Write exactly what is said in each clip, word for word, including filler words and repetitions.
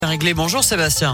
Réglé. Bonjour Sébastien.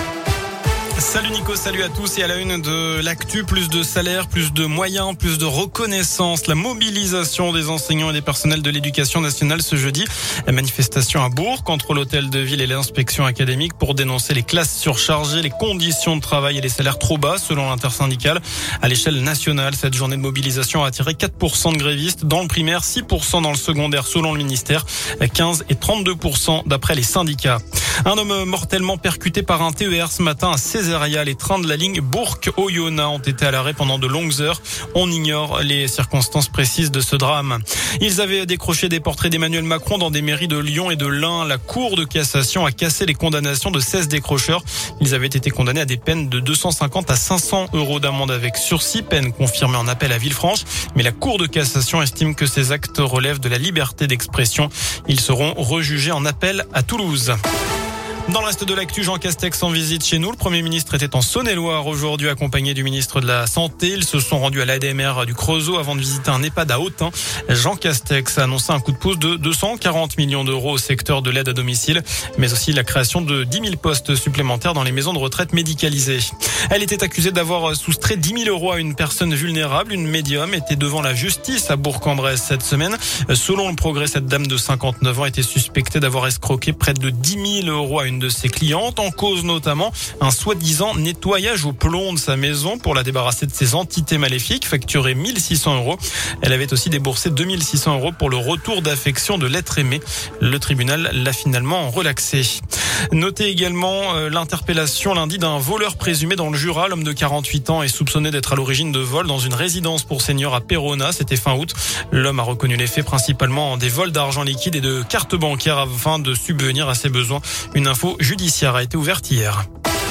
Salut Nico, salut à tous et à la une de l'actu, plus de salaire, plus de moyens, plus de reconnaissance, la mobilisation des enseignants et des personnels de l'éducation nationale ce jeudi. La manifestation à Bourg contre l'hôtel de ville et l'inspection académique pour dénoncer les classes surchargées, les conditions de travail et les salaires trop bas selon l'intersyndicale. À l'échelle nationale, cette journée de mobilisation a attiré quatre pour cent de grévistes dans le primaire, six pour cent dans le secondaire selon le ministère, quinze et trente-deux pour cent d'après les syndicats. Un homme mortellement percuté par un T E R ce matin à Césaria. Les trains de la ligne Bourg-Oyonnax ont été à l'arrêt pendant de longues heures. On ignore les circonstances précises de ce drame. Ils avaient décroché des portraits d'Emmanuel Macron dans des mairies de Lyon et de l'Ain. La Cour de cassation a cassé les condamnations de seize décrocheurs. Ils avaient été condamnés à des peines de deux cent cinquante à cinq cents euros d'amende avec sursis, peine confirmée en appel à Villefranche. Mais la Cour de cassation estime que ces actes relèvent de la liberté d'expression. Ils seront rejugés en appel à Toulouse. Dans le reste de l'actu, Jean Castex en visite chez nous. Le Premier ministre était en Saône-et-Loire aujourd'hui accompagné du ministre de la Santé. Ils se sont rendus à l'A D M R du Creusot avant de visiter un EHPAD à Autun. Jean Castex a annoncé un coup de pouce de deux cent quarante millions d'euros au secteur de l'aide à domicile, mais aussi la création de dix mille postes supplémentaires dans les maisons de retraite médicalisées. Elle était accusée d'avoir soustrait dix mille euros à une personne vulnérable. Une médium était devant la justice à Bourg-en-Bresse cette semaine. Selon le Progrès, cette dame de cinquante-neuf ans était suspectée d'avoir escroqué près de dix mille euros à une de ses clientes, en cause notamment un soi-disant nettoyage au plomb de sa maison pour la débarrasser de ses entités maléfiques, facturé mille six cents euros. Elle avait aussi déboursé deux mille six cents euros pour le retour d'affection de l'être aimé. Le tribunal l'a finalement relaxé. Notez également euh, l'interpellation lundi d'un voleur présumé dans le Jura. L'homme de quarante-huit ans est soupçonné d'être à l'origine de vols dans une résidence pour seniors à Péronne. C'était fin août. L'homme a reconnu les faits principalement des vols d'argent liquide et de cartes bancaires afin de subvenir à ses besoins. Une info judiciaire a été ouverte hier.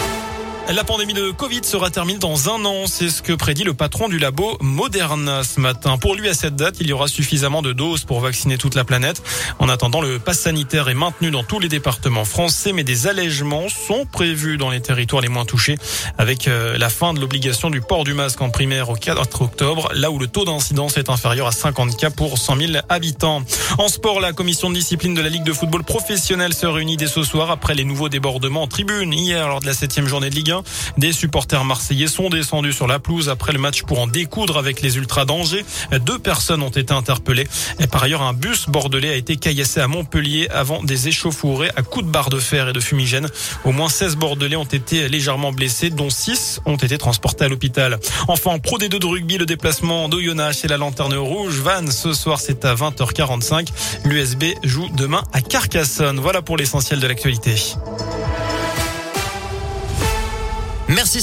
La pandémie de Covid sera terminée dans un an. C'est ce que prédit le patron du labo Moderna ce matin. Pour lui, à cette date, il y aura suffisamment de doses pour vacciner toute la planète. En attendant, le pass sanitaire est maintenu dans tous les départements français, mais des allègements sont prévus dans les territoires les moins touchés, avec la fin de l'obligation du port du masque en primaire au quatre octobre, là où le taux d'incidence est inférieur à cinquante cas pour cent mille habitants. En sport, la commission de discipline de la Ligue de football professionnel se réunit dès ce soir après les nouveaux débordements en tribune hier lors de la septième journée de Ligue un. Des supporters marseillais sont descendus sur la pelouse après le match pour en découdre avec les Ultras d'Angers. Deux personnes ont été interpellées. Et par ailleurs, un bus bordelais a été caillassé à Montpellier avant des échauffourées à coups de barre de fer et de fumigène. Au moins seize bordelais ont été légèrement blessés, dont six ont été transportés à l'hôpital. Enfin, en Pro D deux de rugby, le déplacement d'Oyonnax et la Lanterne Rouge. Vannes, ce soir, c'est à vingt heures quarante-cinq. L'U S B joue demain à Carcassonne. Voilà pour l'essentiel de l'actualité. Merci.